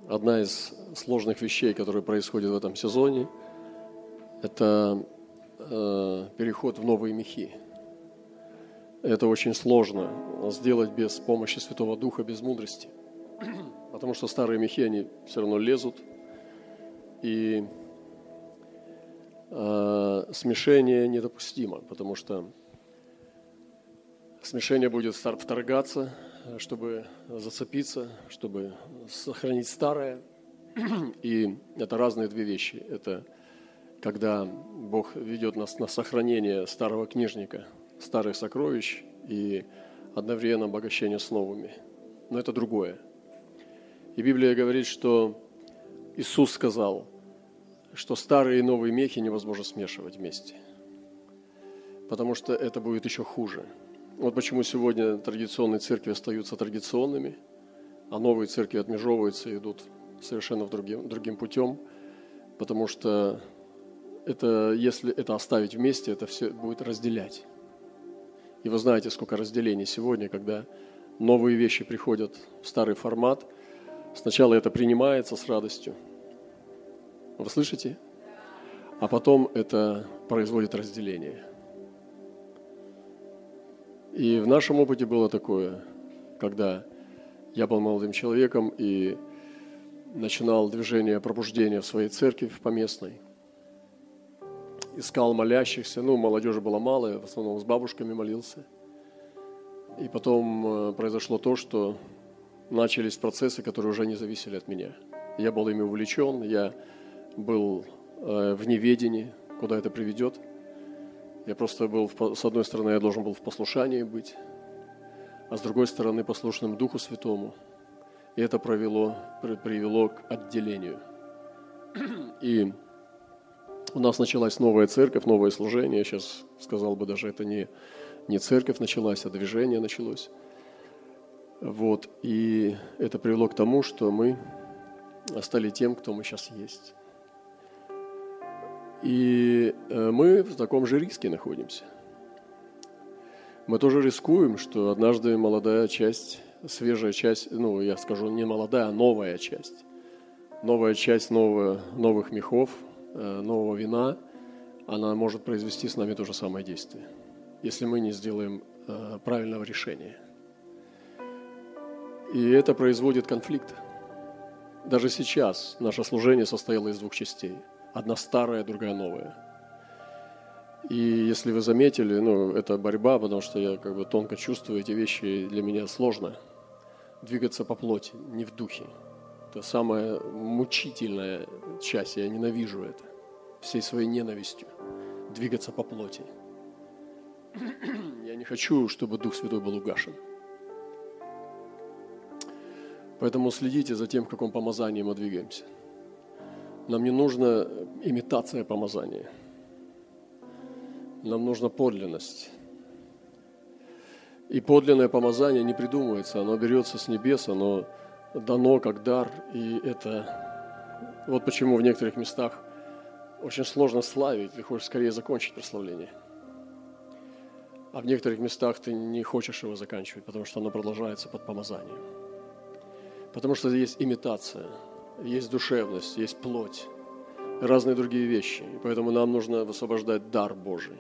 одна из сложных вещей, которые происходят в этом сезоне, это переход в новые мехи. Это очень сложно сделать без помощи Святого Духа, без мудрости. Потому что старые мехи, они все равно лезут. И смешение недопустимо, потому что смешение будет вторгаться, чтобы зацепиться, чтобы сохранить старое. И это разные две вещи. Это когда Бог ведет нас на сохранение старого книжника, старых сокровищ и одновременно обогащение с новыми. Но это другое. И Библия говорит, что Иисус сказал, что старые и новые мехи невозможно смешивать вместе, потому что это будет еще хуже. Вот почему сегодня традиционные церкви остаются традиционными, а новые церкви отмежевываются и идут совершенно другим путем, потому что если это оставить вместе, это все будет разделять. И вы знаете, сколько разделений сегодня, когда новые вещи приходят в старый формат. Сначала это принимается с радостью. Вы слышите? А потом это производит разделение. И в нашем опыте было такое, когда я был молодым человеком и начинал движение пробуждения в своей церкви, в поместной. Искал молящихся, молодежи было мало, я в основном с бабушками молился. И потом произошло то, что начались процессы, которые уже не зависели от меня. Я был ими увлечен, я был в неведении, куда это приведет. Я просто был, с одной стороны, я должен был в послушании быть, а с другой стороны, послушным Духу Святому. И это привело к отделению. И у нас началась новая церковь, новое служение. Я сейчас сказал бы, даже это не церковь началась, а движение началось. Вот. И это привело к тому, что мы стали тем, кто мы сейчас есть. И мы в таком же риске находимся. Мы тоже рискуем, что однажды молодая часть, свежая часть, я скажу не молодая, а новая часть новых мехов, нового вина, она может произвести с нами то же самое действие, если мы не сделаем правильного решения. И это производит конфликт. Даже сейчас наше служение состояло из двух частей. Одна старая, другая новая. И если вы заметили, это борьба, потому что я тонко чувствую эти вещи, для меня сложно. Двигаться по плоти, не в духе. Это самая мучительная часть, я ненавижу это. Всей своей ненавистью. Двигаться по плоти. Я не хочу, чтобы Дух Святой был угашен. Поэтому следите за тем, в каком помазании мы двигаемся. Нам не нужна имитация помазания. Нам нужна подлинность. И подлинное помазание не придумывается, оно берется с небес, оно дано как дар. И это вот почему в некоторых местах очень сложно славить, ты хочешь скорее закончить прославление. А в некоторых местах ты не хочешь его заканчивать, потому что оно продолжается под помазанием. Потому что есть имитация, есть душевность, есть плоть, разные другие вещи. И поэтому нам нужно высвобождать дар Божий.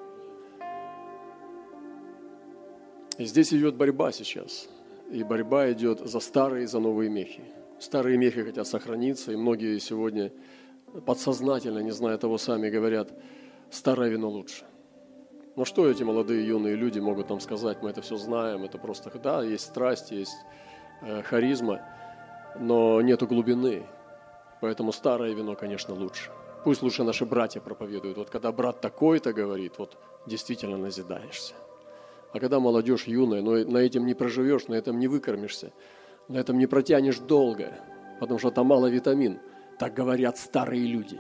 И здесь идет борьба сейчас. И борьба идет за старые и за новые мехи. Старые мехи хотят сохраниться, и многие сегодня подсознательно, не зная того, сами говорят, старое вино лучше. Но что эти молодые юные люди могут нам сказать? Мы это все знаем, это просто, да, есть страсть, есть харизма, но нету глубины. Поэтому старое вино, конечно, лучше. Пусть лучше наши братья проповедуют. Вот когда брат такой-то говорит, вот действительно назидаешься. А когда молодежь юная, но на этом не проживешь, на этом не выкормишься, на этом не протянешь долго, потому что там мало витамин. Так говорят старые люди.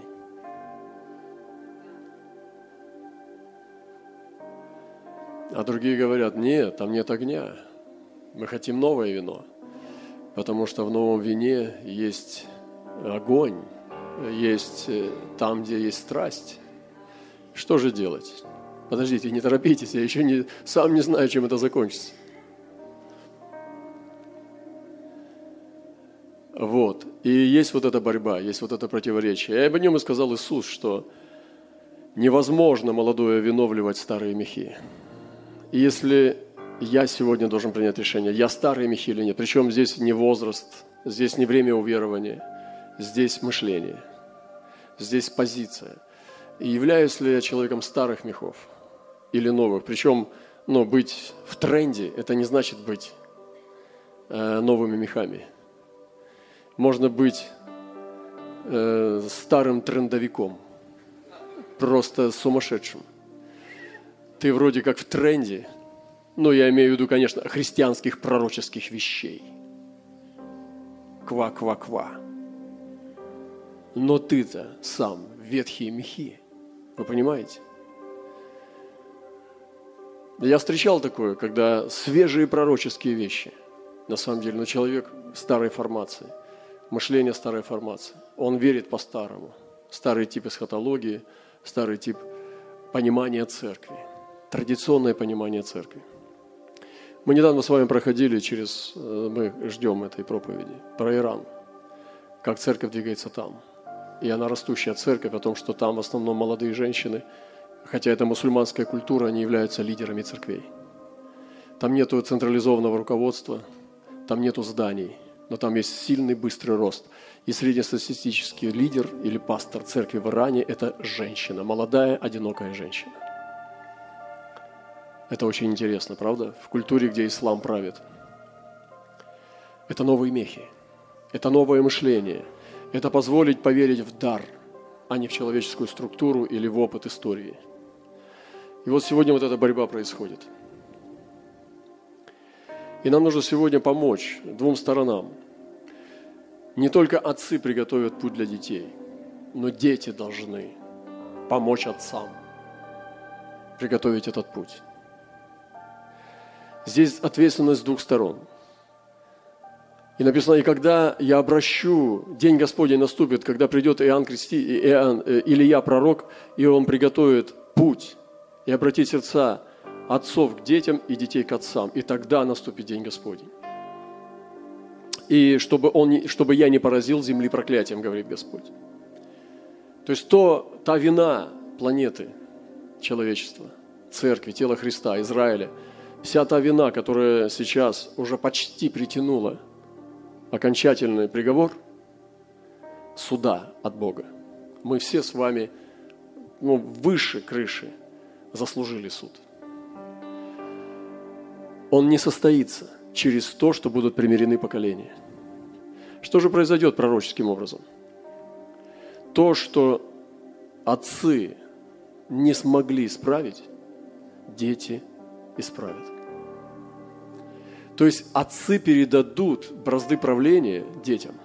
А другие говорят, нет, там нет огня. Мы хотим новое вино. Потому что в новом вине есть огонь, есть там, где есть страсть. Что же делать? Подождите, не торопитесь, я еще сам не знаю, чем это закончится. Вот. И есть вот эта борьба, есть вот это противоречие. И об нем и сказал Иисус, что невозможно молодое вино вливать в старые мехи. И если я сегодня должен принять решение, я старые мехи или нет, причем здесь не возраст, здесь не время уверования, здесь мышление, здесь позиция. И являюсь ли я человеком старых мехов или новых? Причем, быть в тренде – это не значит быть новыми мехами. Можно быть старым трендовиком, просто сумасшедшим. Ты вроде как в тренде, я имею в виду, конечно, христианских пророческих вещей. Ква-ква-ква. Но ты-то сам ветхие мехи. Вы понимаете? Я встречал такое, когда свежие пророческие вещи, на самом деле, человек старой формации, мышление старой формации, он верит по-старому. Старый тип эсхатологии, старый тип понимания церкви, традиционное понимание церкви. Мы недавно с вами проходили мы ждем этой проповеди, про Иран, как церковь двигается там. И она растущая церковь, о том, что там в основном молодые женщины, хотя это мусульманская культура, они являются лидерами церквей. Там нету централизованного руководства, там нету зданий, но там есть сильный, быстрый рост. И среднестатистический лидер или пастор церкви в Иране – это женщина, молодая, одинокая женщина. Это очень интересно, правда? В культуре, где ислам правит. Это новые мехи, это новое мышление, это позволить поверить в дар, а не в человеческую структуру или в опыт истории. И вот сегодня вот эта борьба происходит. И нам нужно сегодня помочь двум сторонам. Не только отцы приготовят путь для детей, но дети должны помочь отцам приготовить этот путь. Здесь ответственность с двух сторон. И написано, и когда я обращу, день Господень наступит, когда придет Илия пророк, и он приготовит путь и обратит сердца отцов к детям и детей к отцам. И тогда наступит день Господень. И чтобы я не поразил земли проклятием, говорит Господь. То есть та вина планеты, человечества, церкви, тела Христа, Израиля, вся та вина, которая сейчас уже почти притянула окончательный приговор суда от Бога. Мы все с вами выше крыши заслужили суд. Он не состоится через то, что будут примирены поколения. Что же произойдет пророческим образом? То, что отцы не смогли исправить, дети исправят. То есть отцы передадут бразды правления детям.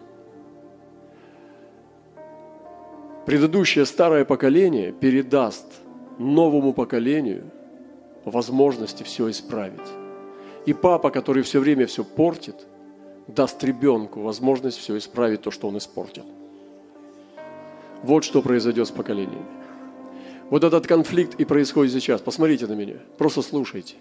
Предыдущее старое поколение передаст новому поколению возможности все исправить. И папа, который все время все портит, даст ребенку возможность все исправить то, что он испортил. Вот что произойдет с поколениями. Вот этот конфликт и происходит сейчас. Посмотрите на меня, просто слушайте.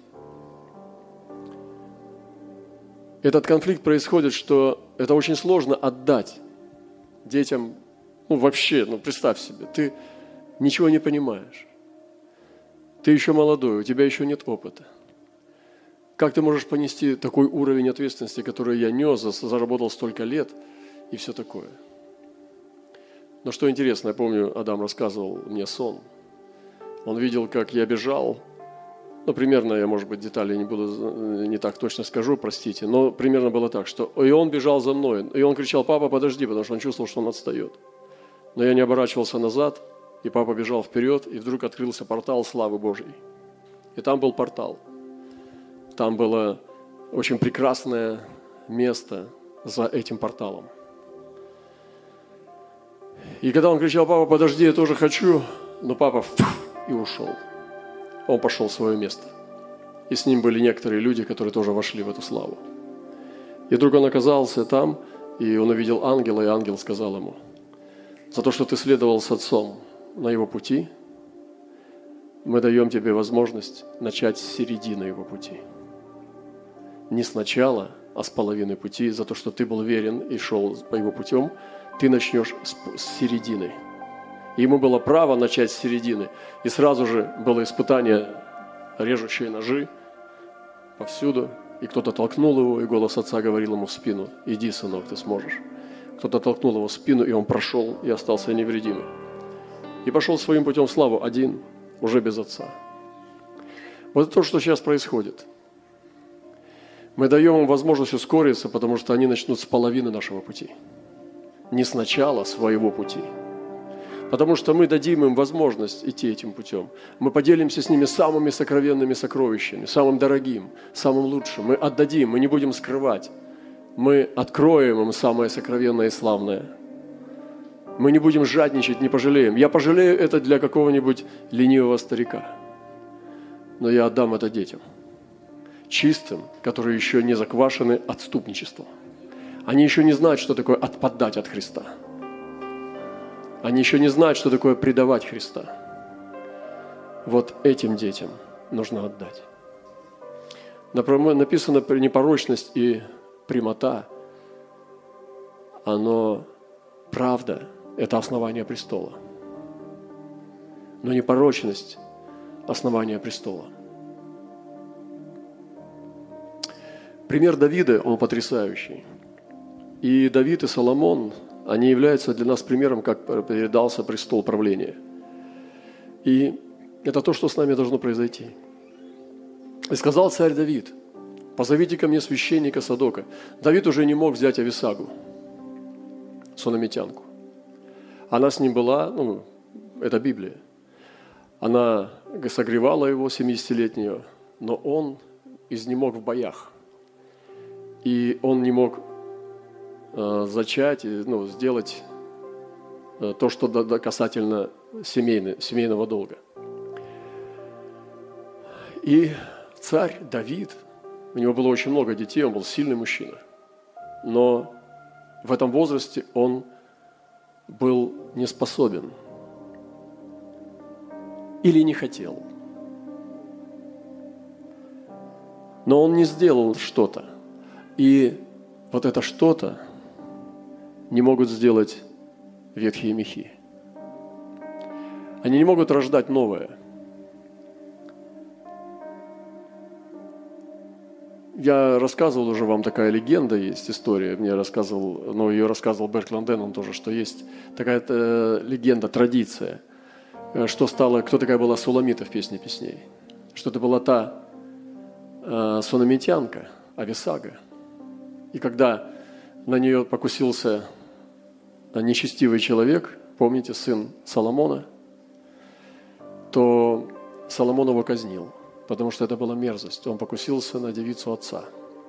Этот конфликт происходит, что это очень сложно отдать детям, вообще, представь себе, ты ничего не понимаешь. Ты еще молодой, у тебя еще нет опыта. Как ты можешь понести такой уровень ответственности, который я нес, заработал столько лет и все такое? Но что интересно, я помню, Адам рассказывал мне сон. Он видел, как я бежал. Примерно, я, может быть, детали не так точно скажу, простите, но примерно было так, что и он бежал за мной, и он кричал: «Папа, подожди», потому что он чувствовал, что он отстает. Но я не оборачивался назад, и папа бежал вперед, и вдруг открылся портал славы Божьей. И там был портал. Там было очень прекрасное место за этим порталом. И когда он кричал: «Папа, подожди, я тоже хочу», но папа и ушел. Он пошел в свое место. И с ним были некоторые люди, которые тоже вошли в эту славу. И вдруг он оказался там, и он увидел ангела, и ангел сказал ему: «За то, что ты следовал с отцом на его пути, мы даем тебе возможность начать с середины его пути. Не сначала, а с половины пути, за то, что ты был верен и шел по его путем, ты начнешь с середины. И ему было право начать с середины. И сразу же было испытание, режущие ножи повсюду. И кто-то толкнул его, и голос отца говорил ему в спину: «Иди, сынок, ты сможешь». Кто-то толкнул его в спину, и он прошел, и остался невредимым. И пошел своим путем в славу один, уже без отца. Вот то, что сейчас происходит. Мы даем им возможность ускориться, потому что они начнут с половины нашего пути. Не с начала своего пути. Потому что мы дадим им возможность идти этим путем. Мы поделимся с ними самыми сокровенными сокровищами, самым дорогим, самым лучшим. Мы отдадим, мы не будем скрывать. Мы откроем им самое сокровенное и славное. Мы не будем жадничать, не пожалеем. Я пожалею это для какого-нибудь ленивого старика. Но я отдам это детям. Чистым, которые еще не заквашены отступничеством. Они еще не знают, что такое отпадать от Христа. Они еще не знают, что такое предавать Христа. Вот этим детям нужно отдать. Написано непорочность и прямота. Оно, правда, это основание престола. Но непорочность – основание престола. Пример Давида, он потрясающий. И Давид, и Соломон, они являются для нас примером, как передался престол правления. И это то, что с нами должно произойти. И сказал царь Давид: «Позовите ко мне священника Садока». Давид уже не мог взять Ависагу, сунамитянку. Она с ним была, это Библия. Она согревала его, 70-летнего, но он изнемог в боях. И он не мог зачать, сделать то, что касательно семейного долга. И царь Давид, у него было очень много детей, он был сильный мужчина. Но в этом возрасте он был не способен или не хотел. Но он не сделал что-то. И вот это что-то не могут сделать ветхие мехи. Они не могут рождать новое. Я рассказывал уже вам, такая легенда есть, история. Мне рассказывал, ее рассказывал Берт Ланденон тоже, что есть такая легенда, традиция, кто такая была Суламита в «Песне песней». Что это была та сунамитянка, Ависага. И когда на нее покусился нечестивый человек, помните, сын Соломона, то Соломон его казнил, потому что это была мерзость. Он покусился на девицу отца.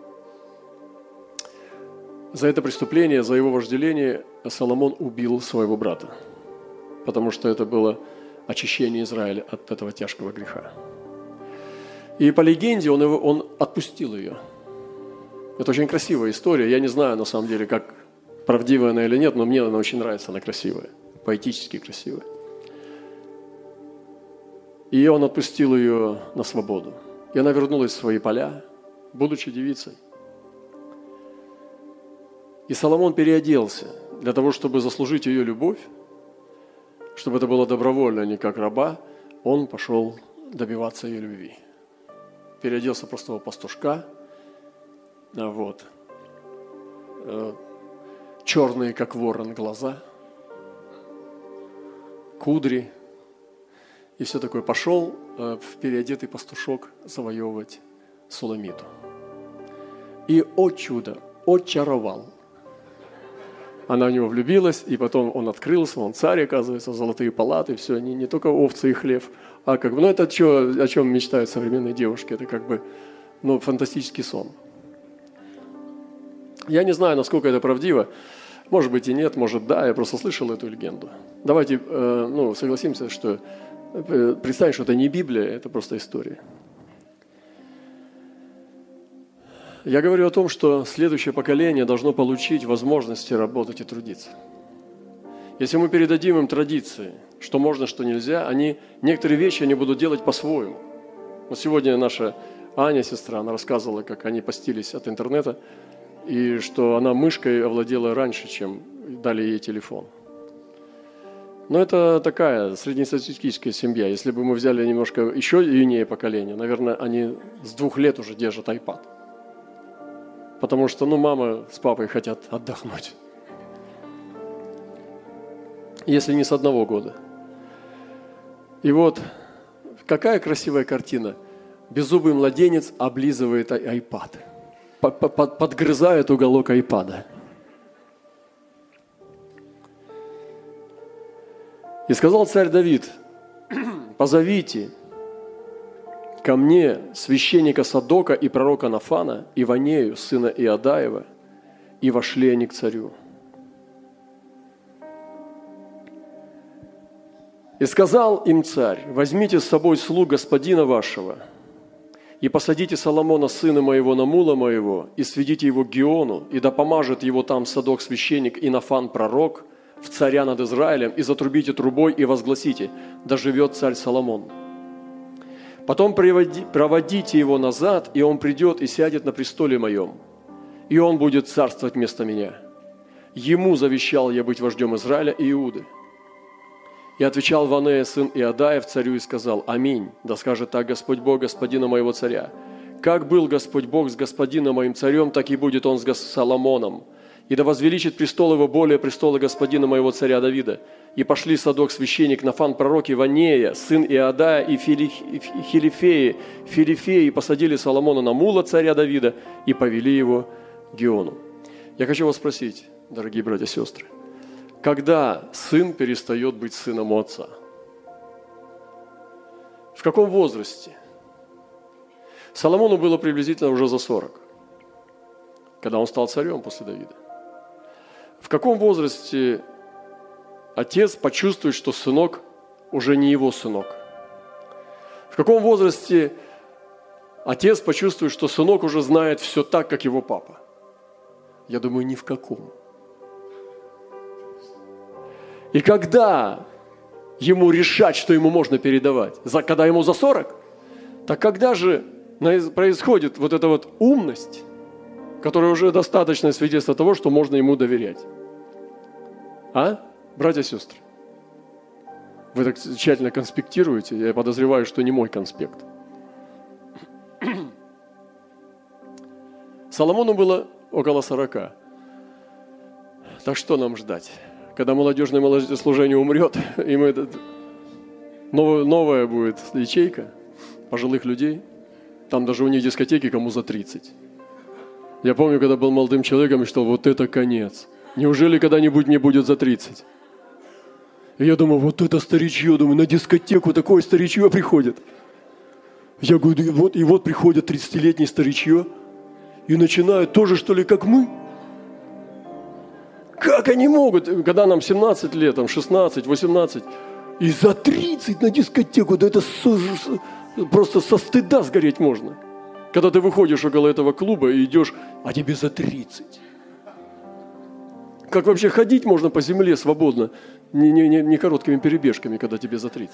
За это преступление, за его вожделение Соломон убил своего брата, потому что это было очищение Израиля от этого тяжкого греха. И по легенде он отпустил ее. Это очень красивая история. Я не знаю, на самом деле, как правдивая она или нет, но мне она очень нравится, она красивая, поэтически красивая. И он отпустил ее на свободу. И она вернулась в свои поля, будучи девицей. И Соломон переоделся для того, чтобы заслужить ее любовь, чтобы это было добровольно, а не как раба, он пошел добиваться ее любви. Переоделся в простого пастушка, черные, как ворон, глаза, кудри, и все такое. Пошел в переодетый пастушок завоевывать Суламиту. И, о чудо, очаровал. Она в него влюбилась, и потом он открылся, он царь, оказывается, золотые палаты, все, не только овцы и хлев, а это о чем мечтают современные девушки, это фантастический сон. Я не знаю, насколько это правдиво, может быть и нет, может да, я просто слышал эту легенду. Давайте согласимся, что представим, что это не Библия, это просто история. Я говорю о том, что следующее поколение должно получить возможности работать и трудиться. Если мы передадим им традиции, что можно, что нельзя, некоторые вещи они будут делать по-своему. Вот сегодня наша Аня, сестра, она рассказывала, как они постились от интернета, и что она мышкой овладела раньше, чем дали ей телефон. Но это такая среднестатистическая семья. Если бы мы взяли немножко еще юнее поколение, наверное, они с 2 лет уже держат iPad. Потому что, мама с папой хотят отдохнуть. Если не с 1 года. И вот, какая красивая картина. Беззубый младенец облизывает iPad. Подгрызает уголок iPad. И сказал царь Давид: позовите ко мне священника Садока и пророка Нафана, и Ванею, сына Иадаева, и вошли они к царю. И сказал им царь: возьмите с собой слуг господина вашего, и посадите Соломона, сына моего, на мула моего, и сведите его к Гиону, и да помажет его там Садок священник и Нафан пророк в царя над Израилем, и затрубите трубой, и возгласите: да живет царь Соломон. Потом проводите его назад, и он придет и сядет на престоле моем, и он будет царствовать вместо меня. Ему завещал я быть вождем Израиля и Иуды. И отвечал Ванея, сын Иадаев, царю, и сказал: аминь, да скажет так Господь Бог господина моего царя. Как был Господь Бог с господином моим царем, так и будет он с Соломоном. И да возвеличит престол его более престола господина моего царя Давида. И пошли Садок священник, Нафан пророк, и Ванея, сын Иадая, и Филифеи, и посадили Соломона на мула царя Давида, и повели его к Гиону. Я хочу вас спросить, дорогие братья и сестры, когда сын перестает быть сыном у отца? В каком возрасте? Соломону было приблизительно уже за 40, когда он стал царем после Давида. В каком возрасте отец почувствует, что сынок уже не его сынок? В каком возрасте отец почувствует, что сынок уже знает все так, как его папа? Я думаю, ни в каком. И когда ему решать, что ему можно передавать? Когда ему за 40? Так когда же происходит вот эта вот умность, которая уже достаточное свидетельство того, что можно ему доверять? А, братья и сестры? Вы так тщательно конспектируете, я подозреваю, что не мой конспект. Соломону было около 40. Так что нам ждать? Когда молодежное служение умрет, и новая будет ячейка пожилых людей, там даже у них дискотеки кому за 30. Я помню, когда был молодым человеком, и что вот это конец. Неужели когда-нибудь мне будет за 30? И я думаю, вот это старичье, думаю, на дискотеку такое старичье приходит. Я говорю, вот приходят 30-летние старичье и начинают тоже, что ли, как мы. Как они могут, когда нам 17 лет, там 16, 18, и за 30 на дискотеку, да это просто со стыда сгореть можно. Когда ты выходишь около этого клуба и идешь, а тебе за 30. Как вообще ходить можно по земле свободно, не короткими перебежками, когда тебе за 30?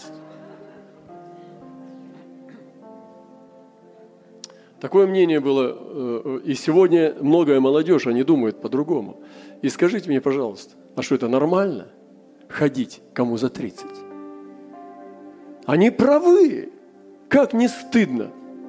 Такое мнение было, и сегодня многое молодежь, они думают по-другому. И скажите мне, пожалуйста, а что это нормально ходить кому за 30? Они правы. Как не стыдно?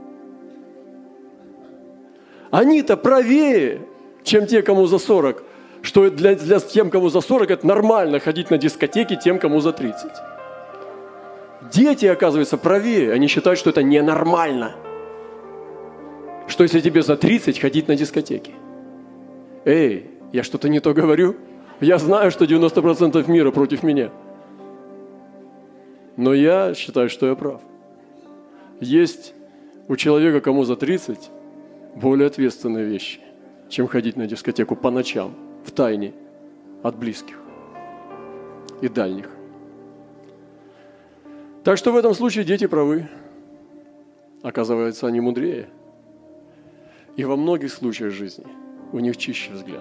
Они-то правее, чем те, кому за 40. Что для тем, кому за 40, это нормально ходить на дискотеки тем, кому за 30. Дети, оказывается, правее. Они считают, что это ненормально. Что если тебе за 30 ходить на дискотеки? Эй, я что-то не то говорю? Я знаю, что 90% мира против меня. Но я считаю, что я прав. Есть у человека, кому за 30, более ответственные вещи, чем ходить на дискотеку по ночам, в тайне от близких и дальних. Так что в этом случае дети правы. Оказывается, они мудрее. И во многих случаях жизни у них чище взгляд.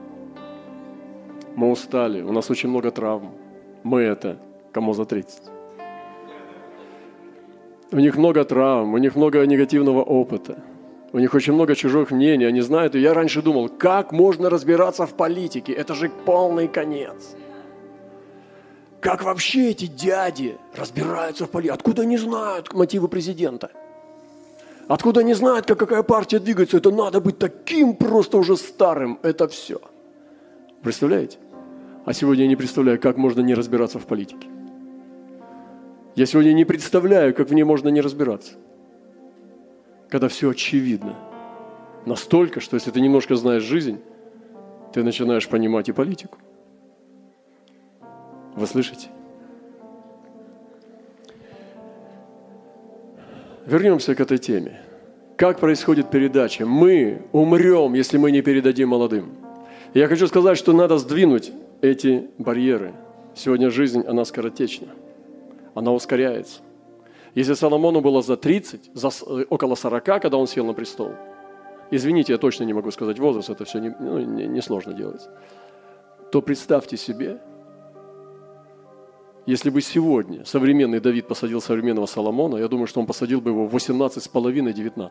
Мы устали, у нас очень много травм. Мы это, кому за 30. У них много травм, у них много негативного опыта. У них очень много чужих мнений, они знают. И я раньше думал, как можно разбираться в политике? Это же полный конец. Как вообще эти дяди разбираются в политике? Откуда они знают мотивы президента? Откуда они знают, какая партия двигается? Это надо быть таким просто уже старым. Это все. Представляете? А сегодня я не представляю, как можно не разбираться в политике. Я сегодня не представляю, как в ней можно не разбираться. Когда все очевидно. Настолько, что если ты немножко знаешь жизнь, ты начинаешь понимать и политику. Вы слышите? Вернемся к этой теме. Как происходит передача? Мы умрем, если мы не передадим молодым. Я хочу сказать, что надо сдвинуть эти барьеры. Сегодня жизнь, она скоротечна. Она ускоряется. Если Соломону было за 30, около 40, когда он сел на престол, извините, я точно не могу сказать возраст, это все несложно делать, то представьте себе, если бы сегодня современный Давид посадил современного Соломона, я думаю, что он посадил бы его в 18,5-19.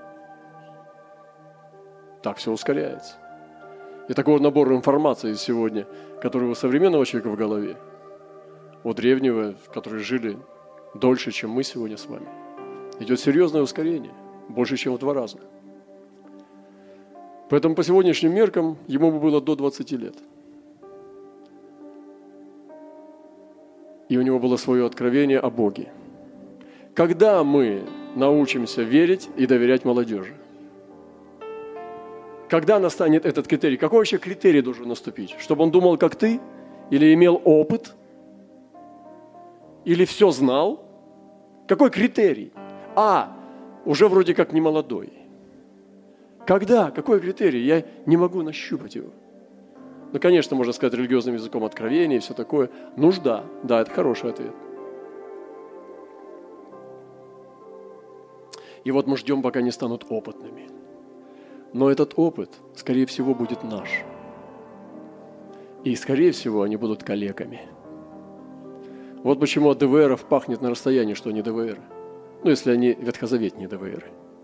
Так все ускоряется. И такой набор информации сегодня, который у современного человека в голове, у древнего, которые жили дольше, чем мы сегодня с вами, идет серьезное ускорение, больше, чем в 2 раза. Поэтому по сегодняшним меркам ему бы было до 20 лет. И у него было свое откровение о Боге. Когда мы научимся верить и доверять молодежи? Когда настанет этот критерий? Какой вообще критерий должен наступить? Чтобы он думал, как ты? Или имел опыт? Или все знал? Какой критерий? Уже вроде как не молодой. Когда? Какой критерий? Я не могу нащупать его. Ну, конечно, можно сказать религиозным языком откровения и все такое. Нужда. Да, это хороший ответ. И вот мы ждем, пока они станут опытными. Но этот опыт, скорее всего, будет наш. И, скорее всего, они будут калеками. Вот почему от ДВРов пахнет на расстоянии, что они ДВРы. Ну, если они ветхозаветные ДВРы.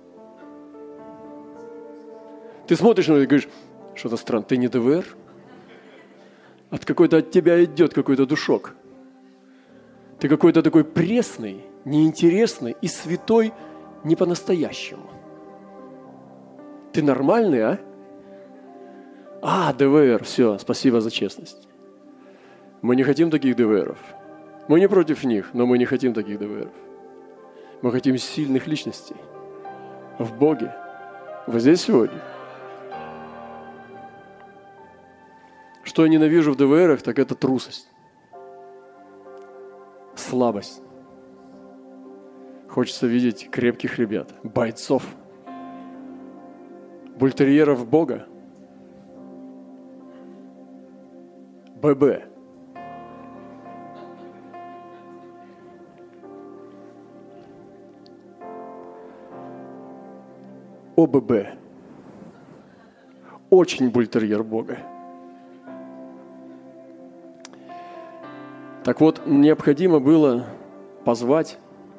Ты смотришь на него и говоришь, что-то странно, ты не ДВР? От тебя идет какой-то душок. Ты какой-то такой пресный, неинтересный и святой не по-настоящему. Ты нормальный, а? ДВР, все, спасибо за честность. Мы не хотим таких ДВРов. Мы не против них, но мы не хотим таких ДВРов. Мы хотим сильных личностей в Боге. Вы здесь сегодня? Что я ненавижу в ДВРах, так это трусость, слабость. Хочется видеть крепких ребят, бойцов, бультерьеров Бога, ББ. ОББ. Очень бультерьер Бога. Так вот, необходимо было позвать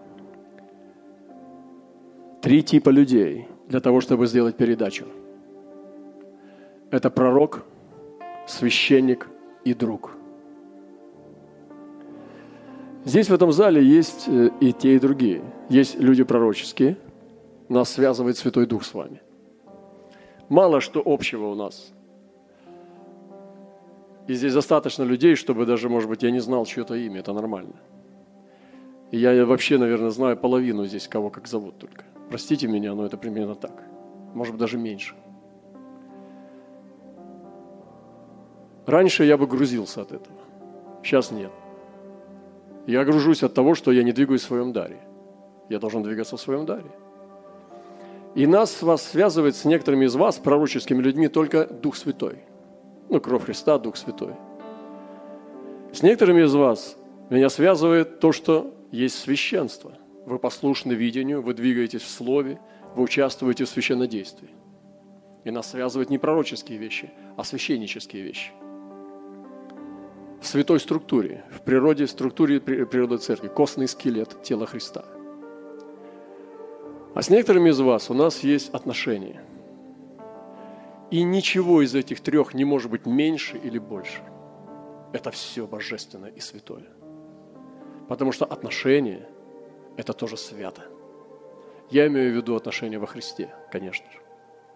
3 типа людей для того, чтобы сделать передачу. Это пророк, священник и друг. Здесь в этом зале есть и те, и другие. Есть люди пророческие. Нас связывает Святой Дух с вами. Мало что общего у нас. И здесь достаточно людей, чтобы даже, может быть, я не знал чье-то имя. Это нормально. И я вообще, наверное, знаю половину здесь, кого как зовут только. Простите меня, но это примерно так. Может быть, даже меньше. Раньше я бы грузился от этого. Сейчас нет. Я гружусь от того, что я не двигаюсь в своем даре. Я должен двигаться в своем даре. И вас связывает с некоторыми из вас, пророческими людьми, только Дух Святой. Кровь Христа, Дух Святой. С некоторыми из вас меня связывает то, что есть священство. Вы послушны видению, вы двигаетесь в слове, вы участвуете в священнодействии. И нас связывают не пророческие вещи, а священнические вещи. В святой структуре, в природе, структуре природы церкви, костный скелет тела Христа. А с некоторыми из вас у нас есть отношения. И ничего из этих трех не может быть меньше или больше. Это все божественное и святое. Потому что отношения – это тоже свято. Я имею в виду отношения во Христе, конечно же.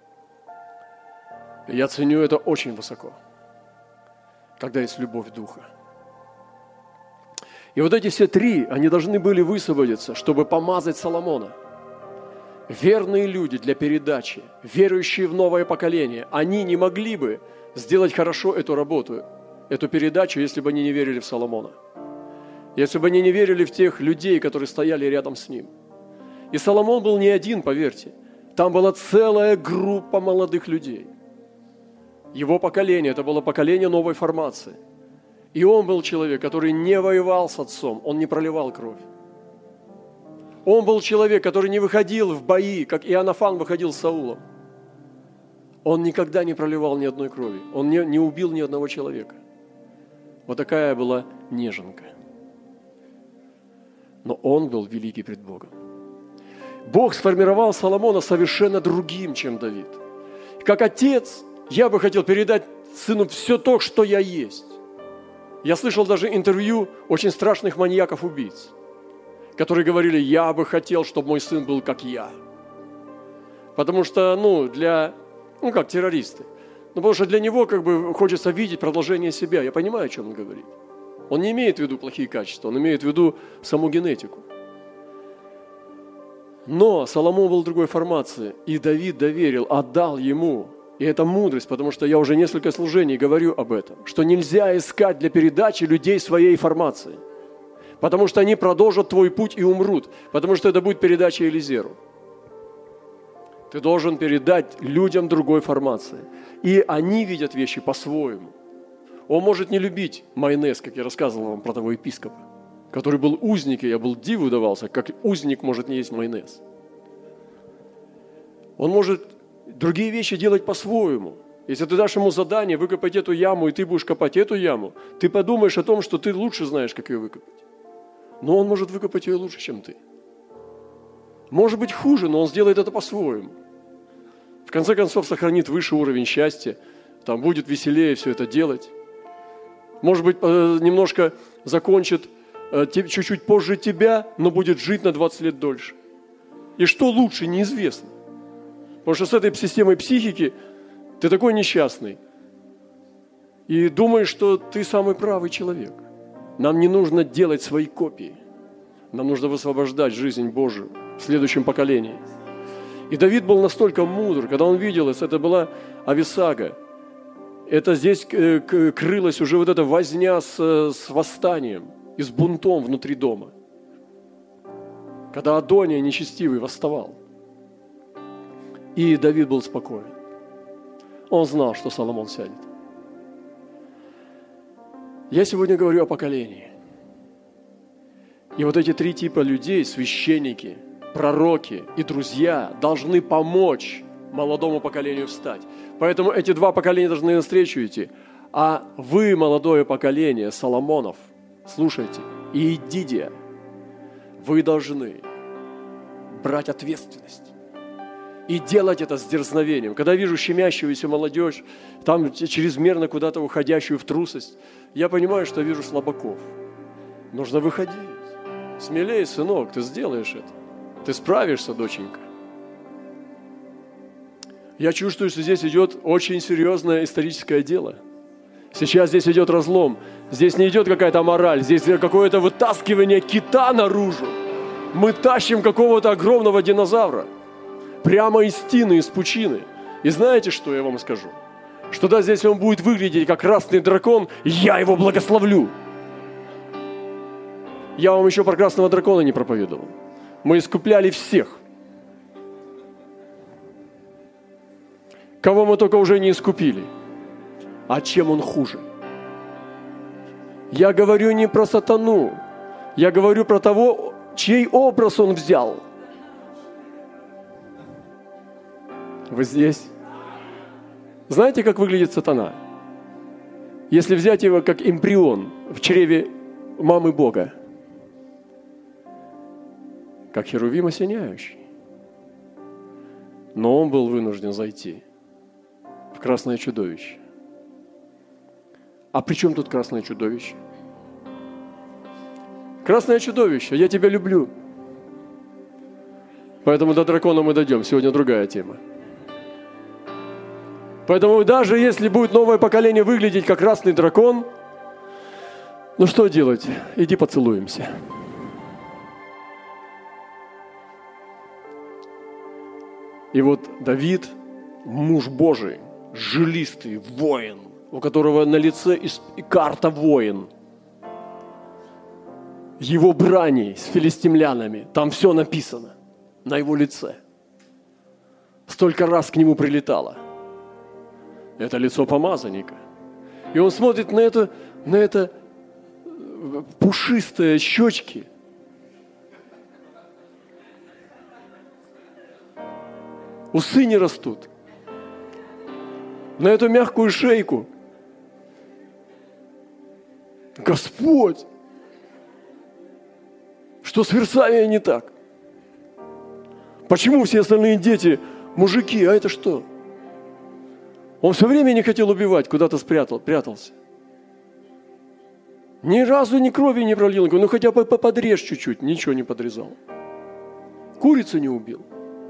Я ценю это очень высоко, когда есть любовь Духа. И вот эти все три, они должны были высвободиться, чтобы помазать Соломона. Верные люди для передачи, верующие в новое поколение, они не могли бы сделать хорошо эту работу, эту передачу, если бы они не верили в Соломона. Если бы они не верили в тех людей, которые стояли рядом с ним. И Соломон был не один, поверьте. Там была целая группа молодых людей. Его поколение, это было поколение новой формации. И он был человек, который не воевал с отцом, он не проливал кровь. Он был человек, который не выходил в бои, как Иоаннафан выходил с Саулом. Он никогда не проливал ни одной крови, он не убил ни одного человека. Вот такая была неженка. Но он был великий пред Богом. Бог сформировал Соломона совершенно другим, чем Давид. Как отец, я бы хотел передать сыну все то, что я есть. Я слышал даже интервью очень страшных маньяков-убийц, которые говорили, я бы хотел, чтобы мой сын был как я. Потому что, как террористы. Потому что для него хочется видеть продолжение себя. Я понимаю, о чем он говорит. Он не имеет в виду плохие качества, он имеет в виду саму генетику. Но Соломон был другой формации, и Давид доверил, отдал ему. И это мудрость, потому что я уже несколько служений говорю об этом, что нельзя искать для передачи людей своей формации, потому что они продолжат твой путь и умрут, потому что это будет передача Элизеру. Ты должен передать людям другой формации, и они видят вещи по-своему. Он может не любить майонез, как я рассказывал вам про того епископа, который был узник, и я был диву давался, как узник может не есть майонез. Он может другие вещи делать по-своему. Если ты дашь ему задание выкопать эту яму, и ты будешь копать эту яму, ты подумаешь о том, что ты лучше знаешь, как ее выкопать. Но он может выкопать ее лучше, чем ты. Может быть хуже, но он сделает это по-своему. В конце концов, сохранит высший уровень счастья, там будет веселее все это делать. Может быть, немножко закончит чуть-чуть позже тебя, но будет жить на 20 лет дольше. И что лучше, неизвестно. Потому что с этой системой психики ты такой несчастный. И думаешь, что ты самый правый человек. Нам не нужно делать свои копии. Нам нужно высвобождать жизнь Божию в следующем поколении. И Давид был настолько мудр, когда он видел это была Ависага. Это здесь крылась уже вот эта возня с восстанием и с бунтом внутри дома. Когда Адония нечестивый восставал. И Давид был спокоен. Он знал, что Соломон сядет. Я сегодня говорю о поколении. И вот эти три типа людей, священники, пророки и друзья, должны помочь молодому поколению встать. Поэтому эти два поколения должны навстречу идти. А вы, молодое поколение Соломонов, слушайте, и идите, вы должны брать ответственность. И делать это с дерзновением. Когда вижу щемящуюся молодежь, там чрезмерно куда-то уходящую в трусость, я понимаю, что вижу слабаков. Нужно выходить. Смелее, сынок, ты сделаешь это. Ты справишься, доченька. Я чувствую, что здесь идет очень серьезное историческое дело. Сейчас здесь идет разлом. Здесь не идет какая-то мораль. Здесь какое-то вытаскивание кита наружу. Мы тащим какого-то огромного динозавра. Прямо из тины, из пучины. И знаете, что я вам скажу? Что да, здесь он будет выглядеть как красный дракон, я его благословлю. Я вам еще про красного дракона не проповедовал. Мы искупляли всех. Кого мы только уже не искупили. А чем он хуже? Я говорю не про сатану. Я говорю про того, чей образ он взял. Вы здесь? Знаете, как выглядит сатана? Если взять его как эмбрион в чреве мамы Бога, как херувим осеняющий. Но он был вынужден зайти в красное чудовище. А при чем тут красное чудовище? Красное чудовище, я тебя люблю. Поэтому до дракона мы дойдем. Сегодня другая тема. Поэтому даже если будет новое поколение выглядеть как красный дракон, ну что делать? Иди поцелуемся. И вот Давид, муж Божий, жилистый воин, у которого на лице и карта воин. Его брани с филистимлянами, там все написано на его лице. Столько раз к нему прилетало. Это лицо помазанника. И он смотрит на это пушистые щечки. Усы не растут. На эту мягкую шейку. Господь! Что с Версавией не так? Почему все остальные дети мужики, а это что? Он все время не хотел убивать, куда-то прятался. Ни разу ни крови не пролил. Ну хотя бы подрежь чуть-чуть, ничего не подрезал. Курицу не убил.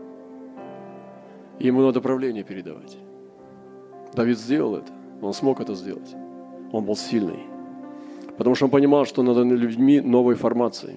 Ему надо правление передавать. Давид сделал это, он смог это сделать. Он был сильный. Потому что он понимал, что надо людьми новой формации.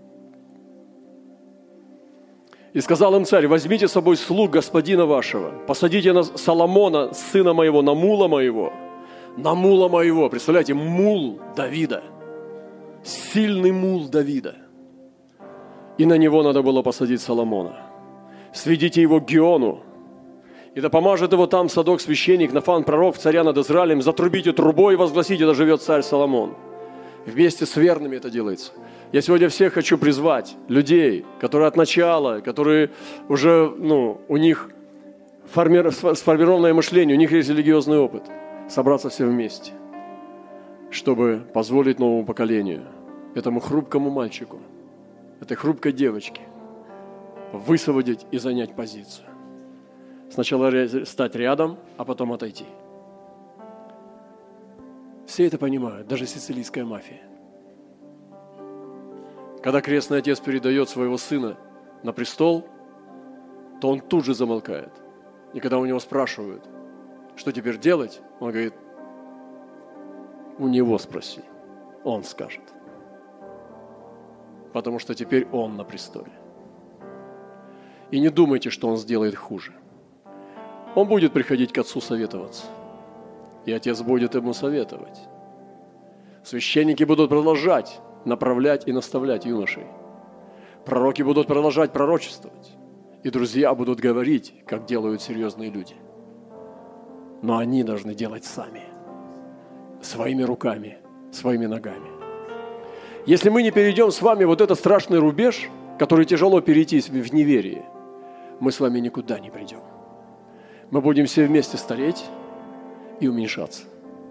И сказал им царь: возьмите с собой слуг господина вашего, посадите на Соломона, сына моего, на мула моего. На мула моего. Представляете, мул Давида. Сильный мул Давида. И на него надо было посадить Соломона. Сведите его к Гиону. И да помажет его там Садок священник, Нафан пророк, царя над Израилем. Затрубите трубой и возгласите: да живет царь Соломон. Вместе с верными это делается. Я сегодня всех хочу призвать, людей, которые от начала, которые уже, у них сформированное мышление, у них есть религиозный опыт, собраться все вместе, чтобы позволить новому поколению, этому хрупкому мальчику, этой хрупкой девочке высвободить и занять позицию. Сначала стать рядом, а потом отойти. Все это понимают, даже сицилийская мафия. Когда крестный отец передает своего сына на престол, то он тут же замолкает. И когда у него спрашивают, что теперь делать, он говорит: у него спроси, он скажет. Потому что теперь он на престоле. И не думайте, что он сделает хуже. Он будет приходить к отцу советоваться. И отец будет ему советовать. Священники будут продолжать направлять и наставлять юношей. Пророки будут продолжать пророчествовать. И друзья будут говорить, как делают серьезные люди. Но они должны делать сами. Своими руками, своими ногами. Если мы не перейдем с вами вот этот страшный рубеж, который тяжело перейти в неверии, мы с вами никуда не придем. Мы будем все вместе стареть и уменьшаться.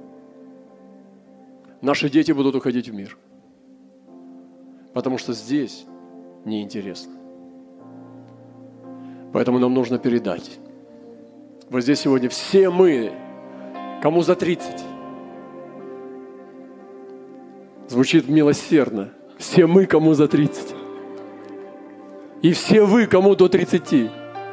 Наши дети будут уходить в мир. Потому что здесь неинтересно. Поэтому нам нужно передать. Вот здесь сегодня все мы, кому за 30. Звучит милосердно. Все мы, кому за 30. И все вы, кому до 30.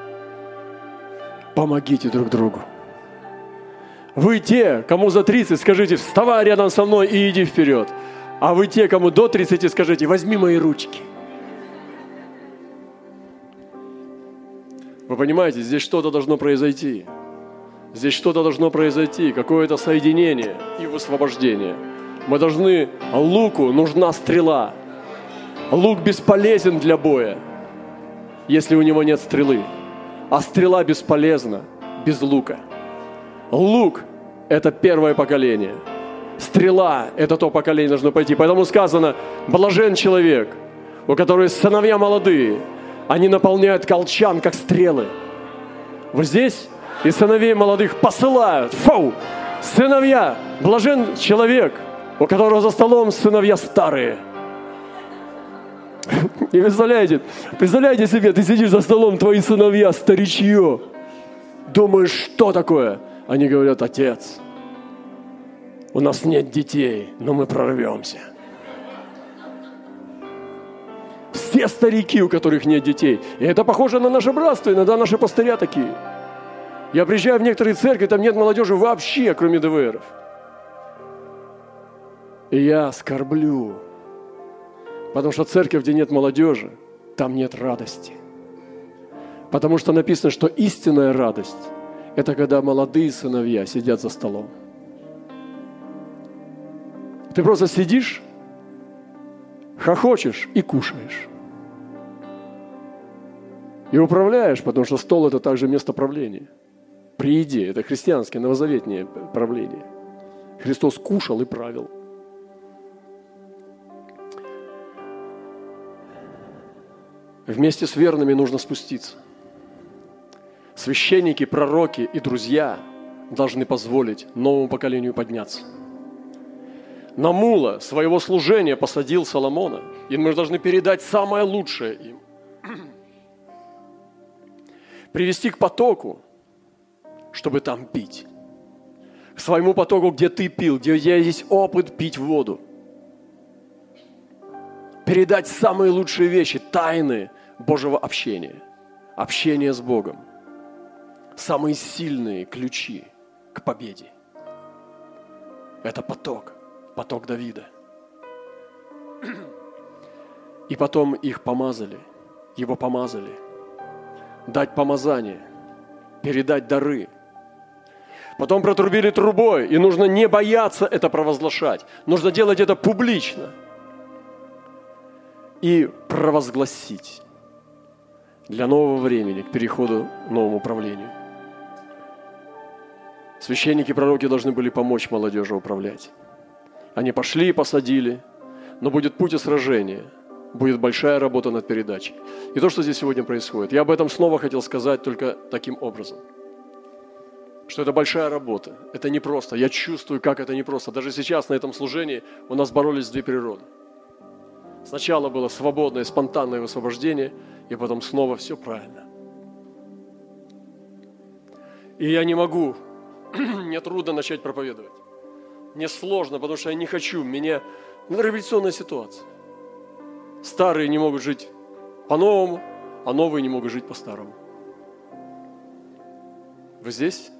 Помогите друг другу. Вы те, кому за 30, скажите: вставай рядом со мной и иди вперед. А вы те, кому до 30, скажите: возьми мои ручки. Вы понимаете, здесь что-то должно произойти. Здесь что-то должно произойти, какое-то соединение и высвобождение. Мы должны, луку нужна стрела. Лук бесполезен для боя, если у него нет стрелы. А стрела бесполезна без лука. Лук – это первое поколение. Стрела – это то поколение должно пойти. Поэтому сказано: блажен человек, у которого сыновья молодые, они наполняют колчан, как стрелы. Вот здесь и сыновей молодых посылают. Фу! Сыновья! Блажен человек, у которого за столом сыновья старые. И представляете себе, ты сидишь за столом, твои сыновья, старичье. Думаешь, что такое? Они говорят: отец, у нас нет детей, но мы прорвемся. Все старики, у которых нет детей. И это похоже на наше братство, иногда наши пастыря такие. Я приезжаю в некоторые церкви, там нет молодежи вообще, кроме ДВРов. И я скорблю, потому что церковь, где нет молодежи, там нет радости. Потому что написано, что истинная радость – это когда молодые сыновья сидят за столом. Ты просто сидишь, хохочешь и кушаешь. И управляешь, потому что стол – это также место правления. При еде – это христианское новозаветнее правление. Христос кушал и правил. Вместе с верными нужно спуститься. Священники, пророки и друзья должны позволить новому поколению подняться. На мула своего служения посадил Соломона, и мы должны передать самое лучшее им. Привести к потоку, чтобы там пить. К своему потоку, где ты пил, где есть опыт пить воду. Передать самые лучшие вещи, тайны Божьего общения. Общение с Богом. Самые сильные ключи к победе. Это поток Давида. И потом их помазали, его помазали. Дать помазание, передать дары. Потом протрубили трубой, и нужно не бояться это провозглашать. Нужно делать это публично. И провозгласить для нового времени, к переходу к новому правлению. Священники и пророки должны были помочь молодежи управлять. Они пошли и посадили, но будет путь и сражение, будет большая работа над передачей. И то, что здесь сегодня происходит, я об этом снова хотел сказать только таким образом, что это большая работа, это непросто. Я чувствую, как это непросто. Даже сейчас на этом служении у нас боролись две природы. Сначала было свободное, спонтанное высвобождение, и потом снова все правильно. И я не могу, мне трудно начать проповедовать. Мне сложно, потому что я не хочу, это революционная ситуация. Старые не могут жить по-новому, а новые не могут жить по-старому. Вы здесь?